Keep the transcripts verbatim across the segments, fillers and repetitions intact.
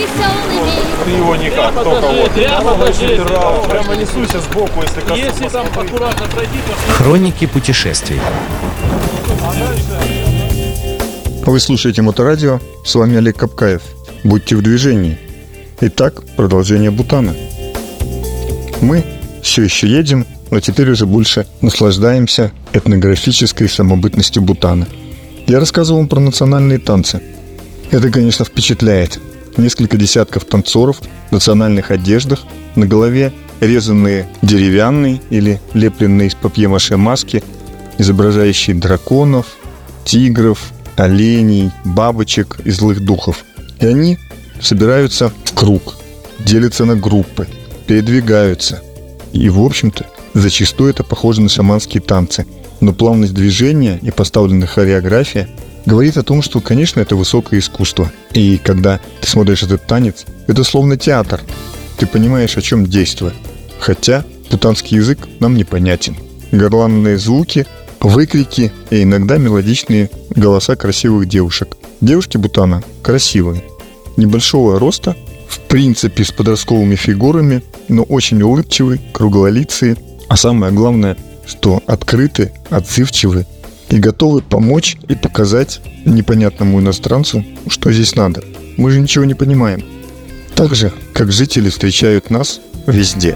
веселыми. Ты его никак, Прямо только даже, вот. прямо даже, Прямо, прямо несуйся сбоку, если коснусь. Если там аккуратно пройти, то... Хроники путешествий. Вы слушаете Моторадио, с вами Олег Капкаев. Будьте в движении. Итак, продолжение Бутана. Мы все еще едем, но теперь уже больше наслаждаемся этнографической самобытностью Бутана. Я рассказывал вам про национальные танцы. Это, конечно, впечатляет. Несколько десятков танцоров в национальных одеждах, на голове резанные деревянные или лепленные из папье-маше маски, изображающие драконов, тигров, оленей, бабочек и злых духов. И они собираются в круг, делятся на группы, передвигаются. И, в общем-то, зачастую это похоже на шаманские танцы. Но плавность движения и поставленная хореография говорит о том, что, конечно, это высокое искусство. И когда ты смотришь этот танец, это словно театр. Ты понимаешь, о чем действие. Хотя бутанский язык нам непонятен. Горланные звуки, выкрики и иногда мелодичные голоса красивых девушек. Девушки Бутана красивые, небольшого роста, в принципе с подростковыми фигурами, но очень улыбчивые, круглолицые. А самое главное, что открыты, отзывчивы и готовы помочь и показать непонятному иностранцу, что здесь надо. Мы же ничего не понимаем. Так же, как жители встречают нас везде.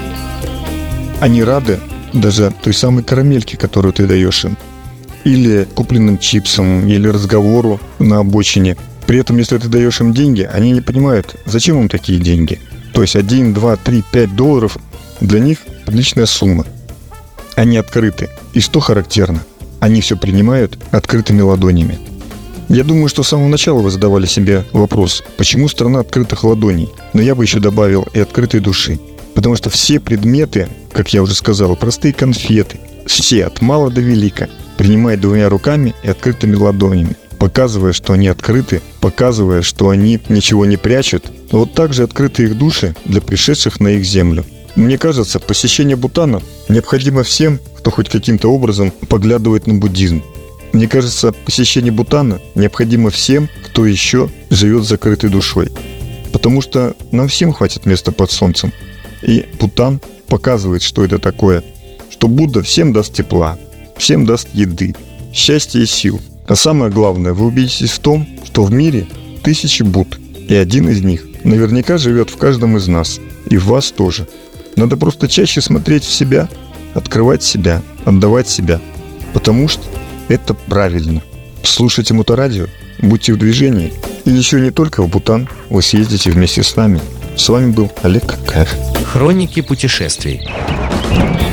Они рады даже той самой карамельке, которую ты даешь им, или купленным чипсам, или разговору на обочине. При этом, если ты даешь им деньги, они не понимают, зачем им такие деньги. То есть один, два, три, пять долларов для них отличная сумма. Они открыты. И что характерно, они все принимают открытыми ладонями. Я думаю, что с самого начала вы задавали себе вопрос, почему страна открытых ладоней? Но я бы еще добавил и открытой души. Потому что все предметы, как я уже сказал, простые конфеты, все от мала до велика, принимают двумя руками и открытыми ладонями, показывая, что они открыты, показывая, что они ничего не прячут. Вот так же открыты их души для пришедших на их землю. Мне кажется, посещение Бутана необходимо всем, кто хоть каким-то образом поглядывает на буддизм. Мне кажется, посещение Бутана необходимо всем, кто еще живет с закрытой душой. Потому что нам всем хватит места под солнцем. И Бутан показывает, что это такое. Что Будда всем даст тепла, всем даст еды, счастья и сил. А самое главное, вы убедитесь в том, что в мире тысячи Будд. И один из них наверняка живет в каждом из нас. И в вас тоже. Надо просто чаще смотреть в себя, открывать себя, отдавать себя. Потому что это правильно. Слушайте Моторадио, будьте в движении. И еще не только в Бутан вы съездите вместе с нами. С вами был Олег Капкаев. Хроники путешествий.